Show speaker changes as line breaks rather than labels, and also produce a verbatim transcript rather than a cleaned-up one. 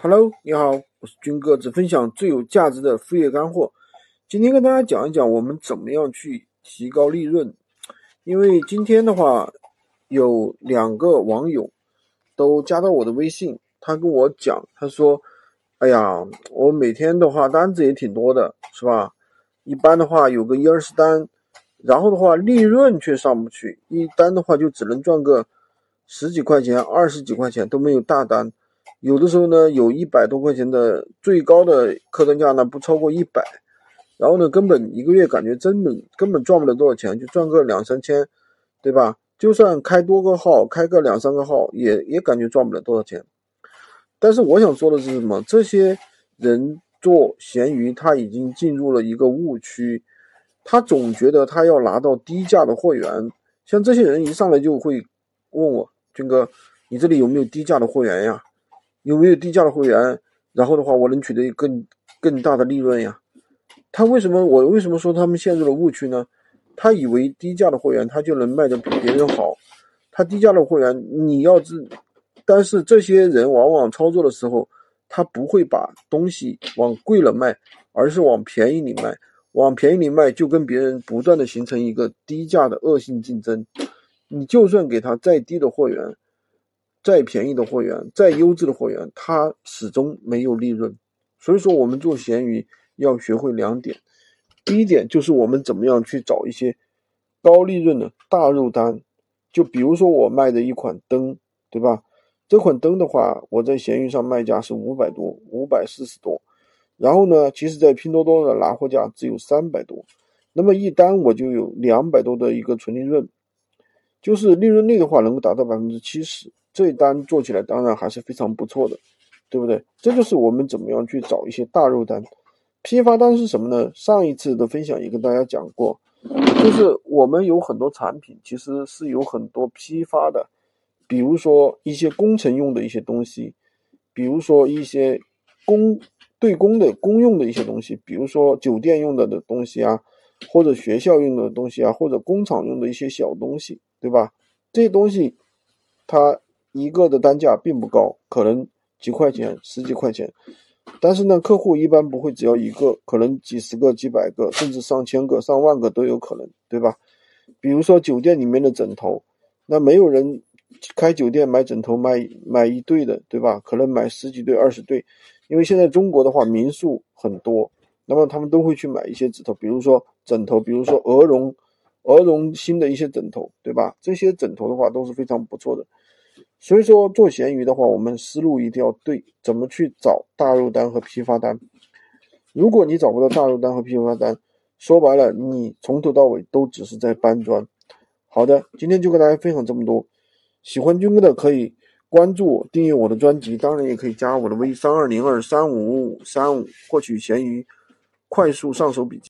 Hello，你好，我是军哥，只分享最有价值的副业干货。今天跟大家讲一讲我们怎么样去提高利润。因为今天的话，有两个网友都加到我的微信，他跟我讲，他说：“哎呀，我每天的话单子也挺多的，是吧？一般的话有个一二十单，然后的话利润却上不去，一单的话就只能赚个十几块钱、二十几块钱，都没有大单。”有的时候呢，有一百多块钱的最高的客单价呢，不超过一百，然后呢，根本一个月感觉真本根本赚不了多少钱，就赚个两三千，对吧？就算开多个号，开个两三个号，也也感觉赚不了多少钱。但是我想说的是什么？这些人做闲鱼，他已经进入了一个误区，他总觉得他要拿到低价的货源。像这些人一上来就会问我，军哥，你这里有没有低价的货源呀？有没有低价的会员，然后的话我能取得更更大的利润呀？他为什么我为什么说他们陷入了误区呢？他以为低价的会员他就能卖得比别人好，他低价的会员你要知，但是这些人往往操作的时候，他不会把东西往贵了卖，而是往便宜里卖，往便宜里卖就跟别人不断的形成一个低价的恶性竞争。你就算给他再低的货源，再便宜的货源，再优质的货源，它始终没有利润。所以说我们做闲鱼要学会两点。第一点就是我们怎么样去找一些高利润的大肉单。就比如说我卖的一款灯，对吧？这款灯的话，我在闲鱼上卖价是五百多，五百四十多。然后呢，其实在拼多多的拿货价只有三百多。那么一单我就有两百多的一个纯利润，就是利润率的话能够达到百分之七十。这一单做起来当然还是非常不错的，对不对？这就是我们怎么样去找一些大肉单。批发单是什么呢？上一次的分享也跟大家讲过，就是我们有很多产品其实是有很多批发的，比如说一些工程用的一些东西，比如说一些工对公的公用的一些东西，比如说酒店用的的东西啊，或者学校用的东西啊，或者工厂用的一些小东西，对吧？这些东西它一个的单价并不高，可能几块钱、十几块钱，但是呢，客户一般不会只要一个，可能几十个、几百个，甚至上千个、上万个都有可能，对吧？比如说酒店里面的枕头，那没有人开酒店买枕头买买一对的，对吧？可能买十几对、二十对，因为现在中国的话民宿很多，那么他们都会去买一些枕头，比如说枕头，比如说鹅绒。鹅绒新的一些枕头，对吧？这些枕头的话都是非常不错的。所以说做闲鱼的话，我们思路一定要对，怎么去找大肉单和批发单。如果你找不到大肉单和批发单，说白了你从头到尾都只是在搬砖。好的，今天就跟大家分享这么多。喜欢军哥的可以关注我，订阅我的专辑，当然也可以加我的微三二零二三五五五三五，获取闲鱼快速上手笔记。